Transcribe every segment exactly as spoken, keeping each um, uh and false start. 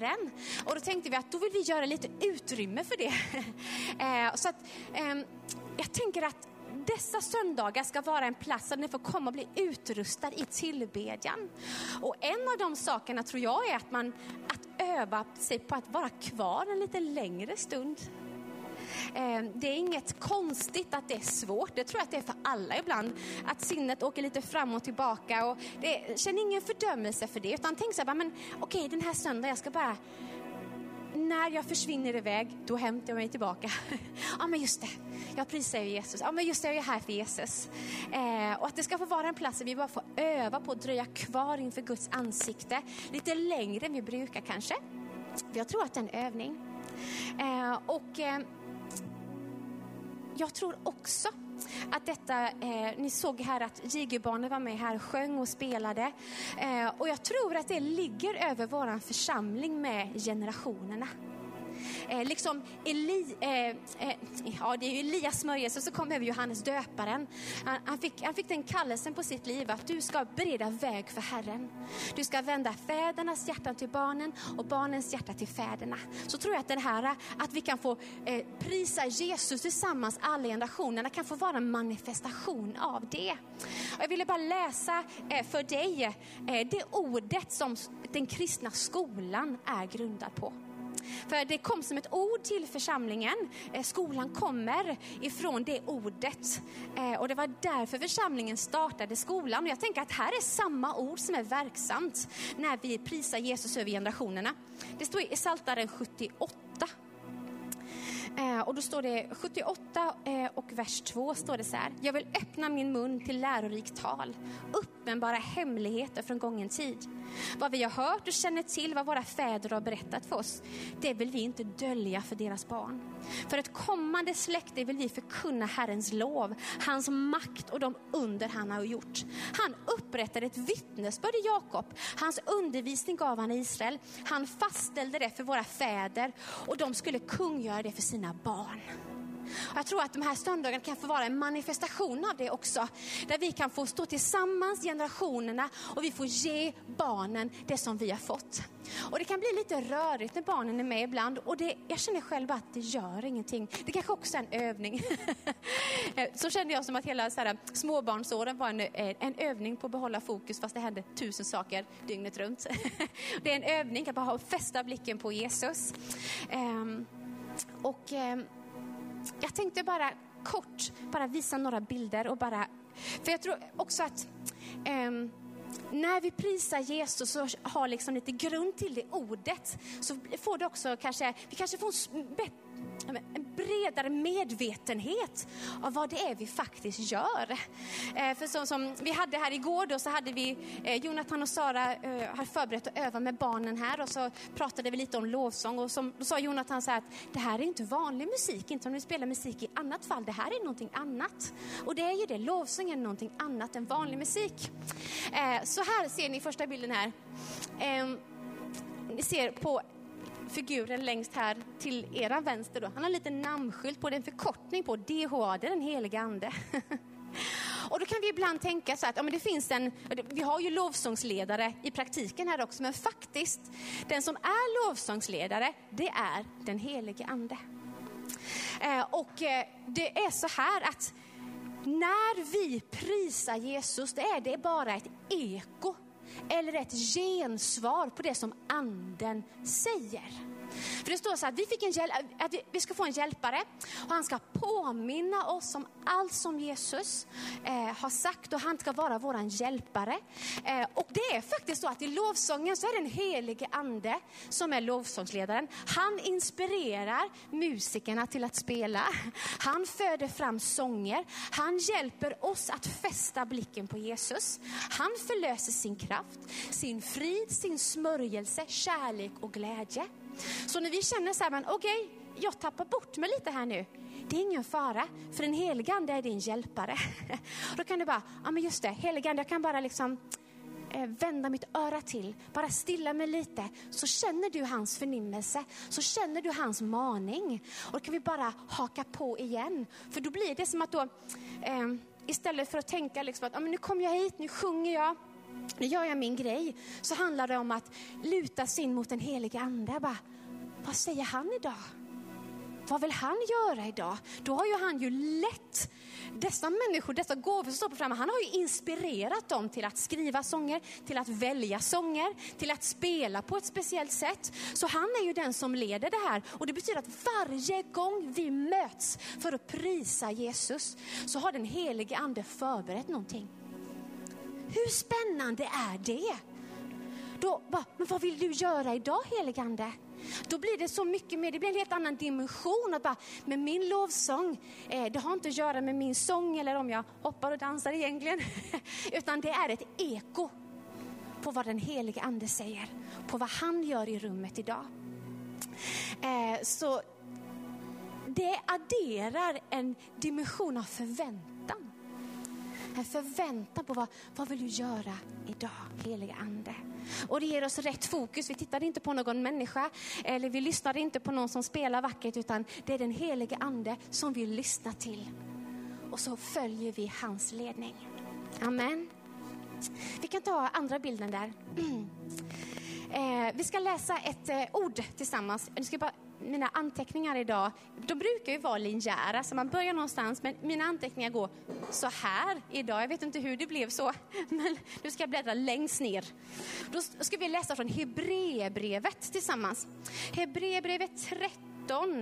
Herren. Och då tänkte vi att då vill vi göra lite utrymme för det. eh, så att eh, jag tänker att dessa söndagar ska vara en plats där ni får komma och bli utrustad i tillbedjan. Och en av de sakerna tror jag är att man att öva sig på att vara kvar en lite längre stund. Det är inget konstigt att det är svårt. Det tror jag att det är för alla ibland. Att sinnet åker lite fram och tillbaka. Och det, känner ingen fördömelse för det. Utan tänk så här, men okej, den här söndagen jag ska bara... När jag försvinner iväg, då hämtar jag mig tillbaka. Ja, men just det. Jag prisar ju Jesus. Ja, men just det, jag är här för Jesus. Eh, och att det ska få vara en plats där vi bara får öva på att dröja kvar inför Guds ansikte. Lite längre än vi brukar kanske. Jag tror att det är en övning. Eh, och... Eh, Jag tror också att detta, eh, ni såg här att J G-barnen var med här och sjöng och spelade. Eh, och jag tror att det ligger över våran församling med generationerna. Eh, liksom Eli, eh, eh, ja, det är ju Elias smörjelse, så kom över Johannes döparen. Han, han, fick, han fick den kallelsen på sitt liv att du ska bereda väg för Herren. Du ska vända fädernas hjärtan till barnen och barnens hjärta till fäderna. Så tror jag att det här att vi kan få eh, prisa Jesus tillsammans, alla generationerna, kan få vara en manifestation av det. Och jag ville bara läsa eh, för dig eh, det ordet som den kristna skolan är grundad på. För det kom som ett ord till församlingen. Skolan kommer ifrån det ordet. Och det var därför församlingen startade skolan. Och jag tänker att här är samma ord som är verksamt när vi prisar Jesus över generationerna. Det står i Psaltaren sjuttioåtta. Och då står det sjuttioåtta och vers två står det så här: jag vill öppna min mun till lärorikt tal, uppenbara hemligheter från gången tid. Vad vi har hört och känner till, vad våra fäder har berättat för oss, det vill vi inte dölja för deras barn. För ett kommande släkte vill vi förkunna Herrens lov, hans makt och de under han har gjort. Han upprättade ett vittnesbörd i Jakob, hans undervisning gav han i Israel. Han fastställde det för våra fäder och de skulle kungöra det för sina barn. Och jag tror att de här söndagarna kan få vara en manifestation av det också. Där vi kan få stå tillsammans, generationerna, och vi får ge barnen det som vi har fått. Och det kan bli lite rörigt när barnen är med ibland. Och det, jag känner själv att det gör ingenting. Det kanske också är en övning. Så kände jag som att hela så här, småbarnsåren var en, en övning på att behålla fokus. Fast det hände tusen saker dygnet runt. Det är en övning att bara ha, fästa blicken på Jesus. Um, och... Um, Jag tänkte bara kort bara visa några bilder och bara, för jag tror också att um, när vi prisar Jesus och har liksom lite grund till det ordet, så får det också kanske, vi kanske får en, en bredare medvetenhet av vad det är vi faktiskt gör. Eh, för så som vi hade här igår då, så hade vi eh, Jonathan och Sara eh, har förberett att öva med barnen här, och så pratade vi lite om lovsång, och som, då sa Jonathan så här att det här är inte vanlig musik, inte om vi spelar musik i annat fall, det här är någonting annat. Och det är ju det, lovsång är någonting annat än vanlig musik. Eh, så här ser ni första bilden här. Eh, ni ser på figuren längst här till era vänster då. Han har en liten namnskylt på, det, en förkortning på D H A, det är den heliga ande. Och då kan vi ibland tänka så att ja, men det finns en, vi har ju lovsångsledare i praktiken här också, men faktiskt den som är lovsångsledare, det är den heliga ande. Eh, och eh, det är så här att när vi prisar Jesus, det är det bara ett eko eller ett gensvar på det som anden säger. För det står så att vi, fick en hjäl- att vi ska få en hjälpare, och han ska påminna oss om allt som Jesus eh, har sagt, och han ska vara våran hjälpare. Eh, och det är faktiskt så att i lovsången så är det en helige ande som är lovsångsledaren. Han inspirerar musikerna till att spela. Han föder fram sånger. Han hjälper oss att fästa blicken på Jesus. Han förlöser sin kraft, sin frid, sin smörjelse, kärlek och glädje. Så när vi känner så här, men okej, okay, jag tappar bort mig lite här nu. Det är ingen fara, för den helige ande är din hjälpare. Då kan du bara, ja men just det, helige ande, jag kan bara liksom eh, vända mitt öra till. Bara stilla mig lite, så känner du hans förnimmelse. Så känner du hans maning. Och då kan vi bara haka på igen. För då blir det som att då, eh, istället för att tänka liksom att ja, men nu kommer jag hit, nu sjunger jag. nu gör jag min grej, så handlar det om att luta sig in mot den heliga ande. Bara, vad säger han idag? Vad vill han göra idag? Då har ju han ju lett dessa människor, dessa gåvor som står på framme. Han har ju inspirerat dem till att skriva sånger, till att välja sånger, till att spela på ett speciellt sätt. Så han är ju den som leder det här. Och det betyder att varje gång vi möts för att prisa Jesus, så har den helige ande förberett någonting. Hur spännande är det? Då, va, men vad vill du göra idag, helige ande? Då blir det så mycket mer, det blir en helt annan dimension. Att bara, med min lovsång, eh, det har inte att göra med min sång eller om jag hoppar och dansar egentligen. Utan det är ett eko på vad den helige ande säger. På vad han gör i rummet idag. Eh, så det adderar en dimension av förväntan. En förväntan på vad, vad vill du göra idag, heliga ande. Och det ger oss rätt fokus. Vi tittar inte på någon människa, eller vi lyssnar inte på någon som spelar vackert, utan det är den heliga ande som vi lyssnar till. Och så följer vi hans ledning. Amen. Vi kan ta andra bilden där. Mm. Eh, vi ska läsa ett eh, ord tillsammans. Jag ska bara, mina anteckningar idag, de brukar ju vara linjära, så man börjar någonstans, men mina anteckningar går så här idag. Jag vet inte hur det blev så, men nu ska jag bläddra längst ner. Då ska vi läsa från Hebreerbrevet tillsammans. Hebreerbrevet tretton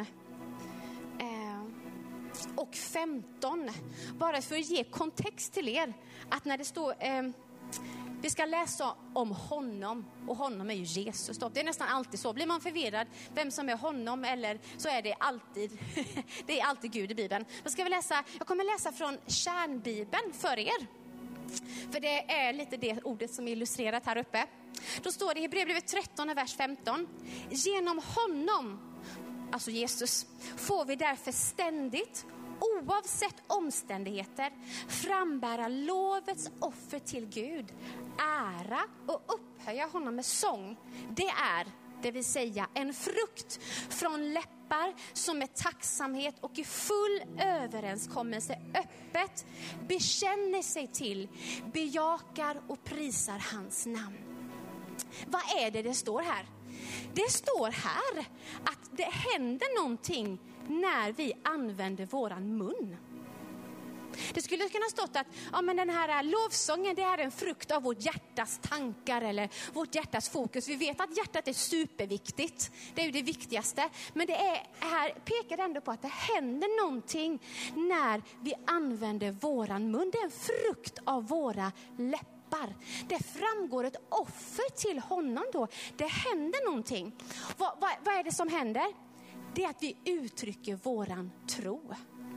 eh, och femton. Bara för att ge kontext till er, att när det står... Eh, Vi ska läsa om honom, och honom är ju Jesus. Det är nästan alltid så. Blir man förvirrad vem som är honom, eller så är det alltid det är alltid Gud i Bibeln. Då ska vi läsa, jag kommer läsa från kärnbibeln för er. För det är lite det ordet som är illustrerat här uppe. Då står det i Hebreerbrevet tretton, vers femton. Genom honom, alltså Jesus, får vi därför ständigt, oavsett omständigheter, frambära lovets offer till Gud, ära och upphöja honom med sång. Det är, det vill säga, en frukt från läppar som med tacksamhet och i full överenskommelse öppet bekänner sig till, bejakar och prisar hans namn. Vad är det det står här? Det står här att det händer någonting när vi använder våran mun. Det skulle kunna stått att ja, men den här lovsången, det är en frukt av vårt hjärtas tankar eller vårt hjärtas fokus. Vi vet att hjärtat är superviktigt. Det är ju det viktigaste. Men det är, här pekar ändå på att det händer någonting när vi använder våran mun. Det är en frukt av våra läppar. Det framgår ett offer till honom då. Det händer någonting. Vad, vad, vad är det som händer? Det är att vi uttrycker våran tro.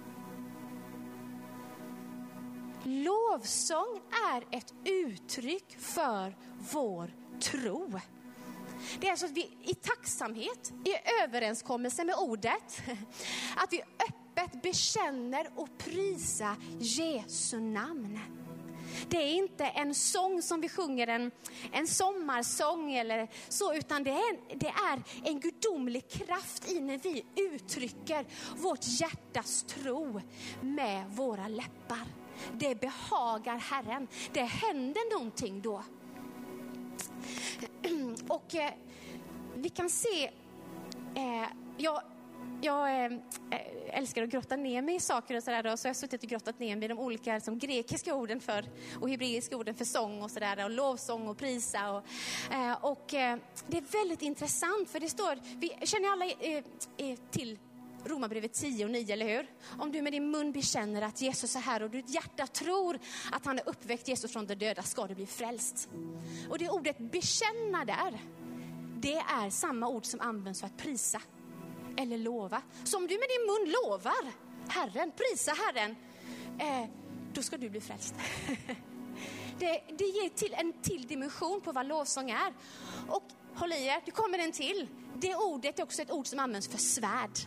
Lovsång är ett uttryck för vår tro. Det är alltså att vi i tacksamhet, i överenskommelse med ordet, att vi öppet bekänner och prisar Jesu namn. Det är inte en sång som vi sjunger, en, en sommarsång eller så, utan det är, det är en gudomlig kraft i när vi uttrycker vårt hjärtas tro med våra läppar. Det behagar Herren. Det händer någonting då. Och eh, vi kan se, eh, jag, jag eh, älskar att grotta ner mig i saker och sådär då, så jag har suttit och grottat ner mig i de olika som grekiska orden för och hebreiska orden för sång och sådär, och lovsång och prisa och, eh, och eh, det är väldigt intressant, för det står, vi känner alla eh, eh, till Romarbrevet tio och nio, eller hur? Om du med din mun bekänner att Jesus är här och ditt hjärta tror att han är uppväckt Jesus från de döda, ska du bli frälst. Och det ordet bekänna där, det är samma ord som används för att prisa eller lova. Så om du med din mun lovar Herren, prisa Herren, eh, då ska du bli frälst. det, det ger till en till dimension på vad lovsång är. Och håll i er, det kommer en till. Det ordet är också ett ord som används för svärd.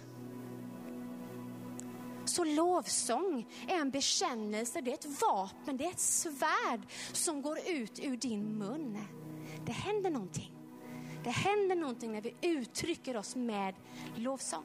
Så lovsång är en bekännelse, det är ett vapen, det är ett svärd som går ut ur din mun. Det händer någonting. Det händer någonting när vi uttrycker oss med lovsång.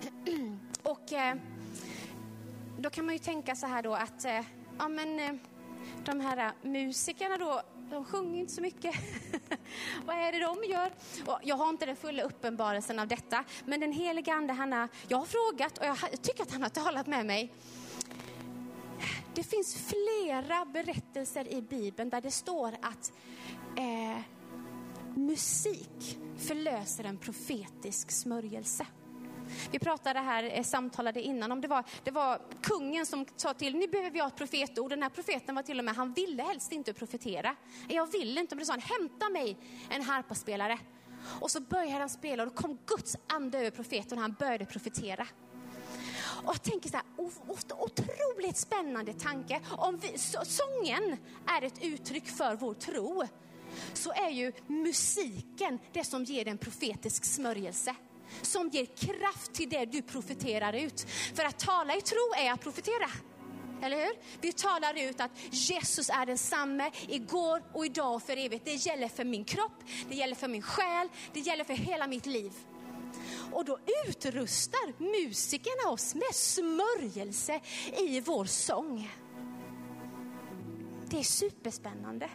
Och eh, då kan man ju tänka så här då att eh, ja men eh, de här musikerna då, de sjunger inte så mycket. Vad är det de gör? Och jag har inte den fulla uppenbarelsen av detta. Men den heliga ande, han har, jag har frågat och jag tycker att han har talat med mig. Det finns flera berättelser i Bibeln där det står att eh, musik förlöser en profetisk smörjelse. Vi pratade här, samtalade innan om det var, det var kungen som sa till, nu behöver vi ha ett profetord. Den här profeten var till och med, han ville helst inte profetera. Jag vill inte, men det sa han, hämta mig en harpaspelare. Och så började han spela och då kom Guds ande över profeten och han började profetera. Och jag tänker så här, otroligt spännande tanke. Om vi, så, sången är ett uttryck för vår tro, så är ju musiken det som ger en profetisk smörjelse. Som ger kraft till det du profeterar ut. För att tala i tro är att profetera. Eller hur? Vi talar ut att Jesus är densamme igår och idag och för evigt. Det gäller för min kropp, det gäller för min själ, det gäller för hela mitt liv. Och då utrustar musikerna oss med smörjelse i vår sång. Det är superspännande.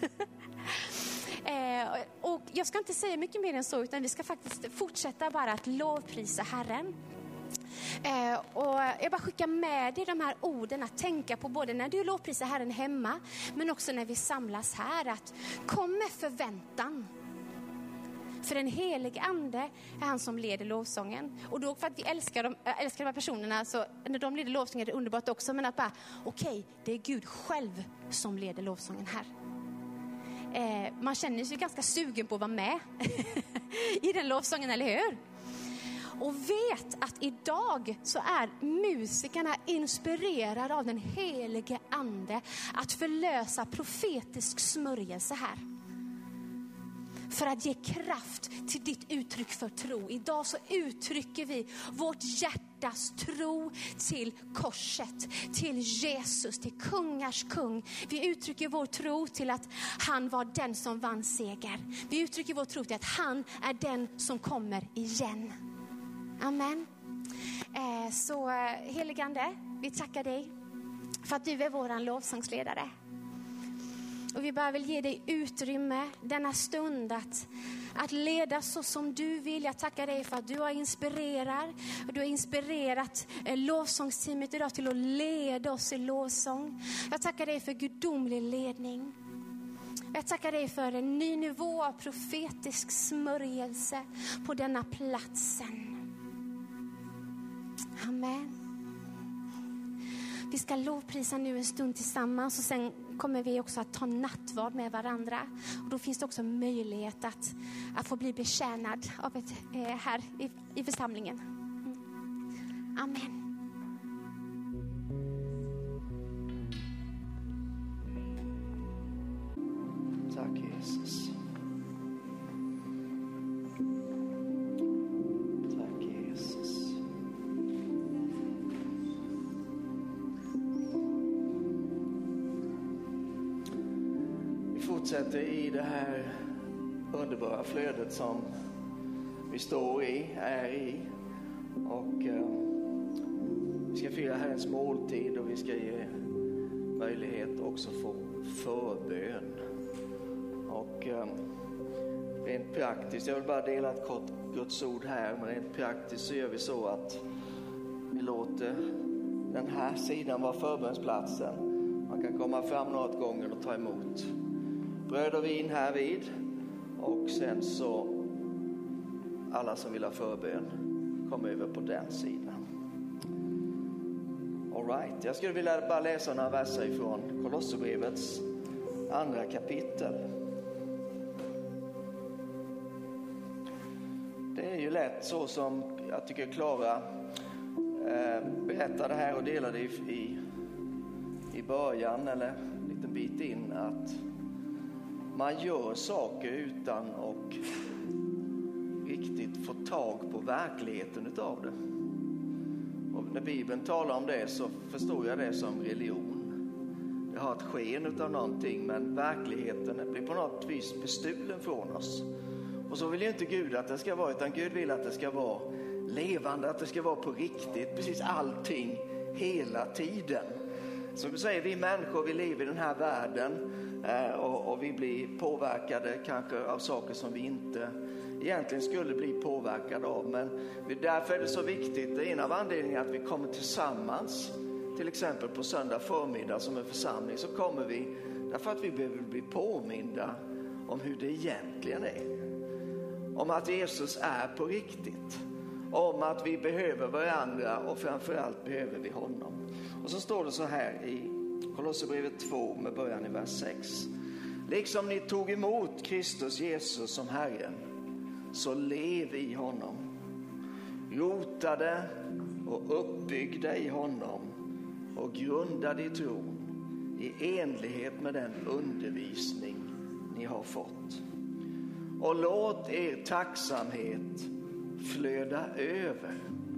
Eh, och jag ska inte säga mycket mer än så, utan vi ska faktiskt fortsätta bara att lovprisa Herren. Eh, och jag bara skickar med dig de här orden att tänka på, både när du lovprisar Herren hemma men också när vi samlas här, att kom med förväntan. För den helige ande är han som leder lovsången. Och då för att vi älskar de, älskar de här personerna, så när de leder lovsången är det underbart också. Men att bara, okej, okay, det är Gud själv som leder lovsången här. Eh, man känner sig ganska sugen på att vara med i den lovsången, eller hur? Och vet att idag så är musikerna inspirerade av den helige ande att förlösa profetisk smörjelse här. För att ge kraft till ditt uttryck för tro. Idag så uttrycker vi vårt hjärtas tro till korset, till Jesus, till kungars kung. Vi uttrycker vår tro till att han var den som vann seger. Vi uttrycker vår tro till att han är den som kommer igen. Amen. Eh, så heligande, vi tackar dig för att du är våran lovsångsledare. Och vi bara vill ge dig utrymme denna stund att, att leda så som du vill. Jag tackar dig för att du har inspirerat. Och du har inspirerat eh, lovsångsteamet idag till att leda oss i lovsång. Jag tackar dig för gudomlig ledning. Jag tackar dig för en ny nivå av profetisk smörjelse på denna platsen. Amen. Vi ska lovprisa nu en stund tillsammans och sen kommer vi också att ta nattvard med varandra. Och då finns det också möjlighet att, att få bli betjänad av ett, eh, här i, i församlingen. Mm. Amen. Tack Jesus. Tack Jesus. Vi fortsätter i det här underbara flödet som vi står i, är i. Och eh, vi ska fira Herrens måltid och vi ska ge möjlighet också få förbön. Och eh, rent praktiskt, jag vill bara dela ett kort Guds ord här, men rent praktiskt så gör vi så att vi låter den här sidan vara förbönsplatsen. Man kan komma fram några gånger och ta emot bröd och vin här vid. Och sen så alla som vill ha förbön kommer över på den sidan. All right. Jag skulle vilja bara läsa några verser ifrån Kolosserbrevets andra kapitel. Det är ju lätt så som jag tycker Klara eh, berättade här och delade i, i, i början eller en liten bit in, att man gör saker utan att riktigt få tag på verkligheten utav det. Och när Bibeln talar om det så förstår jag det som religion. Det har ett sken utav någonting, men verkligheten blir på något vis bestulen från oss. Och så vill ju inte Gud att det ska vara, utan Gud vill att det ska vara levande, att det ska vara på riktigt, precis allting hela tiden. Som vi säger, vi människor, vi lever i den här världen eh, och, och vi blir påverkade kanske av saker som vi inte egentligen skulle bli påverkade av. Men därför är det så viktigt, det är en av anledningarna att vi kommer tillsammans, till exempel på söndag förmiddag som en församling, så kommer vi därför att vi behöver bli påminda om hur det egentligen är. Om att Jesus är på riktigt. Om att vi behöver varandra och framförallt behöver vi honom. Och så står det så här i Kolosserbrevet två med början i vers sex. Liksom ni tog emot Kristus Jesus som Herren, så lev i honom. Rotade och uppbyggda i honom och grundade i tron i enlighet med den undervisning ni har fått. Och låt er tacksamhet flöda över.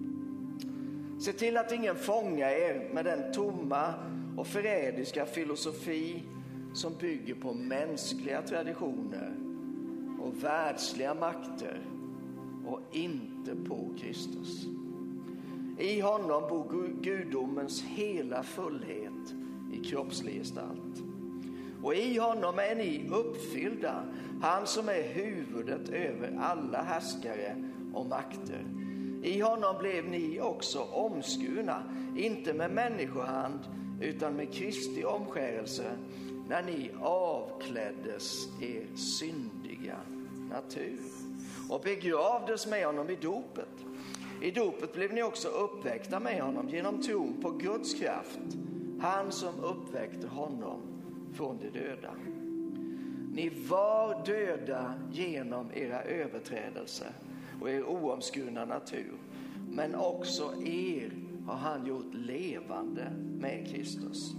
Se till att ingen fångar er med den tomma och förrädiska filosofi som bygger på mänskliga traditioner och världsliga makter och inte på Kristus. I honom bor gudomens hela fullhet i kroppslig gestalt. Och i honom är ni uppfyllda, han som är huvudet över alla härskare och makter. I honom blev ni också omskurna, inte med människohand utan med Kristi omskärelse, när ni avkläddes er syndiga natur och begravdes med honom i dopet. I dopet blev ni också uppväckta med honom genom tron på Guds kraft, han som uppväckte honom från de döda. Ni var döda genom era överträdelser och er oomskurna natur, men också er har han gjort levande med Kristus.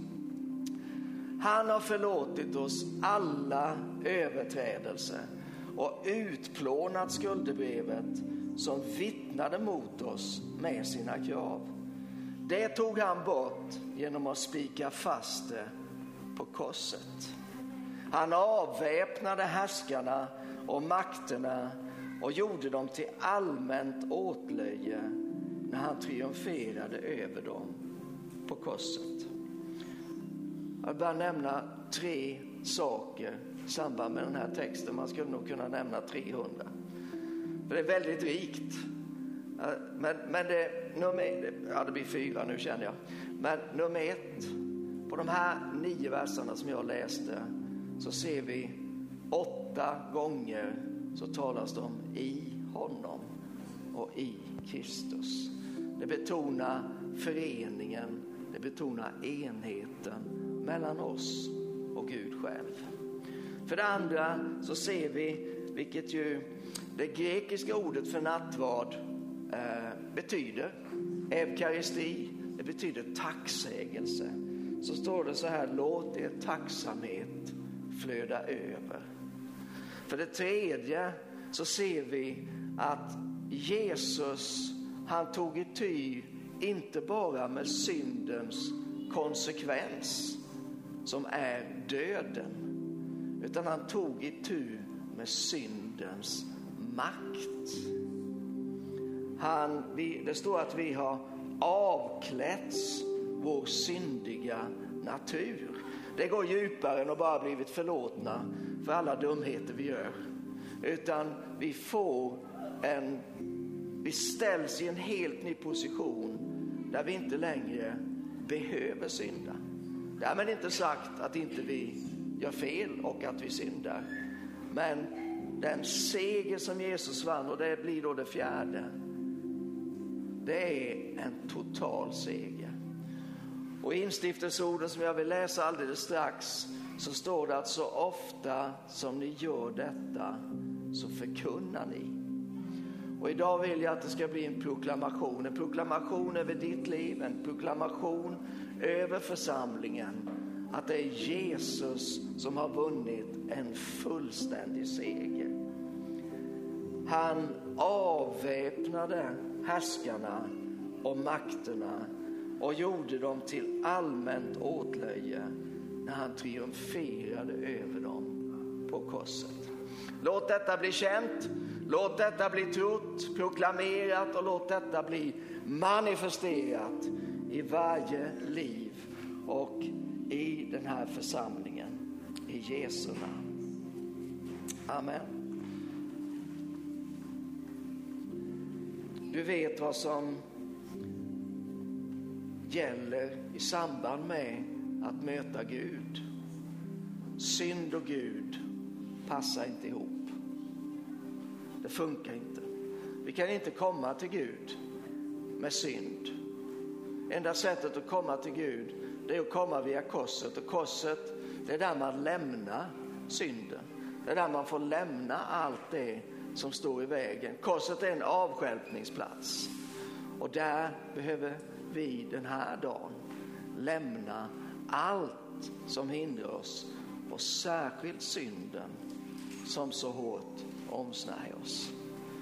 Han har förlåtit oss alla överträdelser och utplånat skuldebrevet som vittnade mot oss med sina krav. Det tog han bort genom att spika fast det på korset. Han avväpnade härskarna och makterna och gjorde dem till allmänt åtlöje när han triumferade över dem på korset. Jag vill bara nämna tre saker i samband med den här texten. Man skulle nog kunna nämna trehundra. För det är väldigt rikt. Men, men det, nummer, ja, det blir fyra nu känner jag. Men nummer ett, på de här nio verserna som jag läste, så ser vi åtta gånger så talas det om i honom och i Kristus. Det betonar föreningen, det betonar enheten mellan oss och Gud själv. För det andra så ser vi, vilket ju det grekiska ordet för nattvard eh, betyder, eukaristi, det betyder tacksägelse. Så står det så här: låt er tacksamhet flöda över. För det tredje så ser vi att Jesus, han tog itu inte bara med syndens konsekvens som är döden, utan han tog itu med syndens makt. Han, vi, det står att vi har avklätts vår syndiga natur. Det går djupare än att bara blivit förlåtna för alla dumheter vi gör. Utan vi får en, vi ställs i en helt ny position där vi inte längre behöver synda. Därmed inte sagt att inte vi gör fel och att vi syndar. Men den seger som Jesus vann, och det blir då det fjärde, det är en total seger. Och i instiftelseorden som jag vill läsa alldeles strax så står det att så ofta som ni gör detta så förkunnar ni. Och idag vill jag att det ska bli en proklamation. En proklamation över ditt liv, en proklamation över församlingen. Att det är Jesus som har vunnit en fullständig seger. Han avväpnade härskarna och makterna och gjorde dem till allmänt åtlöje när han triumferade över dem på korset. Låt detta bli känt, låt detta bli trott, proklamerat och låt detta bli manifesterat i varje liv och i den här församlingen. I Jesu namn. Amen. Du vet vad som gäller i samband med att möta Gud. Synd och Gud passar inte ihop. Det funkar inte. Vi kan inte komma till Gud med synd. Enda sättet att komma till Gud, det är att komma via korset. Och korset, det är där man lämnar synden. Det är där man får lämna allt det som står i vägen. Korset är en avstjälpningsplats. Och där behöver vi den här dagen lämna allt som hindrar oss. Och särskilt synden som så hårt omsnärjer oss.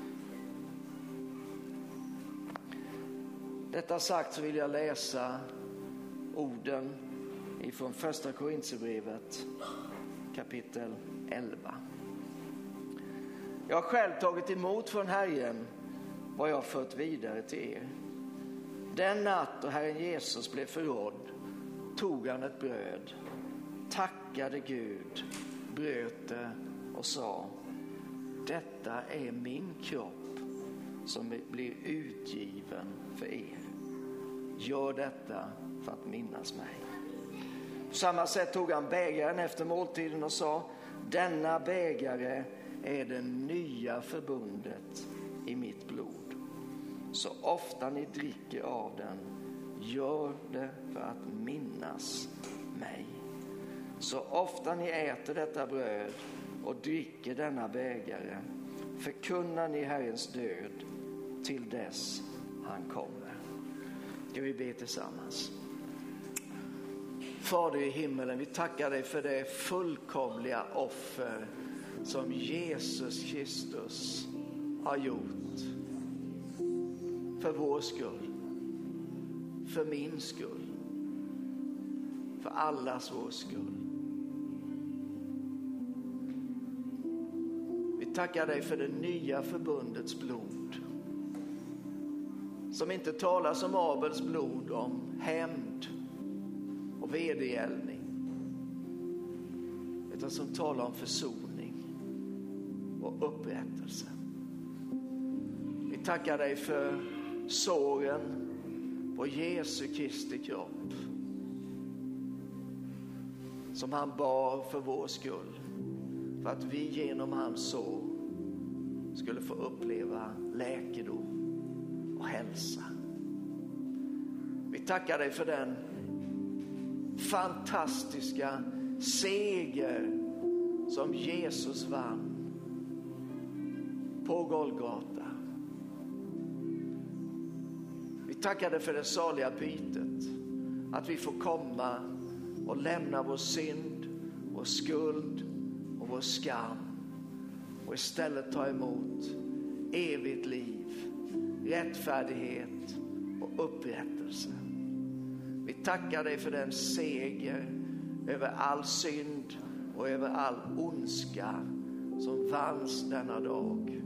Detta sagt så vill jag läsa orden ifrån första Korinthierbrevet kapitel elva. Jag har själv tagit emot från Herren vad jag har fört vidare till er. Den natt då Herren Jesus blev förrådd tog han ett bröd, tackade Gud, bröt det och sa: detta är min kropp som blir utgiven för er. Gör detta för att minnas mig. På samma sätt tog han bägaren efter måltiden och sa: denna bägare är det nya förbundet i mitt blod. Så ofta ni dricker av den, gör det för att minnas mig. Så ofta ni äter detta bröd och dricker denna bägare, förkunnar ni Herrens död till dess han kommer. Ska vi be tillsammans? Fader i himmelen, vi tackar dig för det fullkomliga offer som Jesus Kristus har gjort för vår skull, för min skull, för allas vår skull. Vi tackar dig för det nya förbundets blod, som inte talar som Abels blod om hämnd och vedergällning, utan som talar om försoning och upprättelse. Vi tackar dig för såren på Jesu Kristi kropp, som han bar för vår skull, för att vi genom hans sår skulle få uppleva läkedom och hälsa. Vi tackar dig för den fantastiska seger som Jesus vann på Golgata. Vi tackar dig för det saliga bytet, att vi får komma och lämna vår synd, vår skuld och vår skam och istället ta emot evigt liv, rättfärdighet och upprättelse. Vi tackar dig för den seger över all synd och över all ondska som vanns denna dag.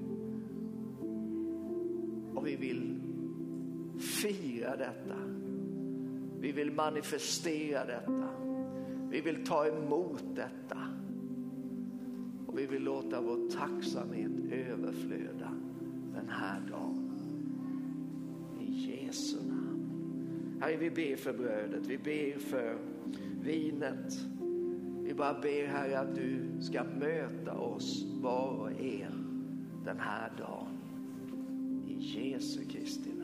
Och vi vill fira detta. Vi vill manifestera detta. Vi vill ta emot detta. Och vi vill låta vår tacksamhet överflöda den här dagen. I Jesu namn. Herre, vi ber för brödet. Vi ber för vinet. Vi bara ber, Herre, att du ska möta oss var och en den här dagen. I Jesu Kristi namn.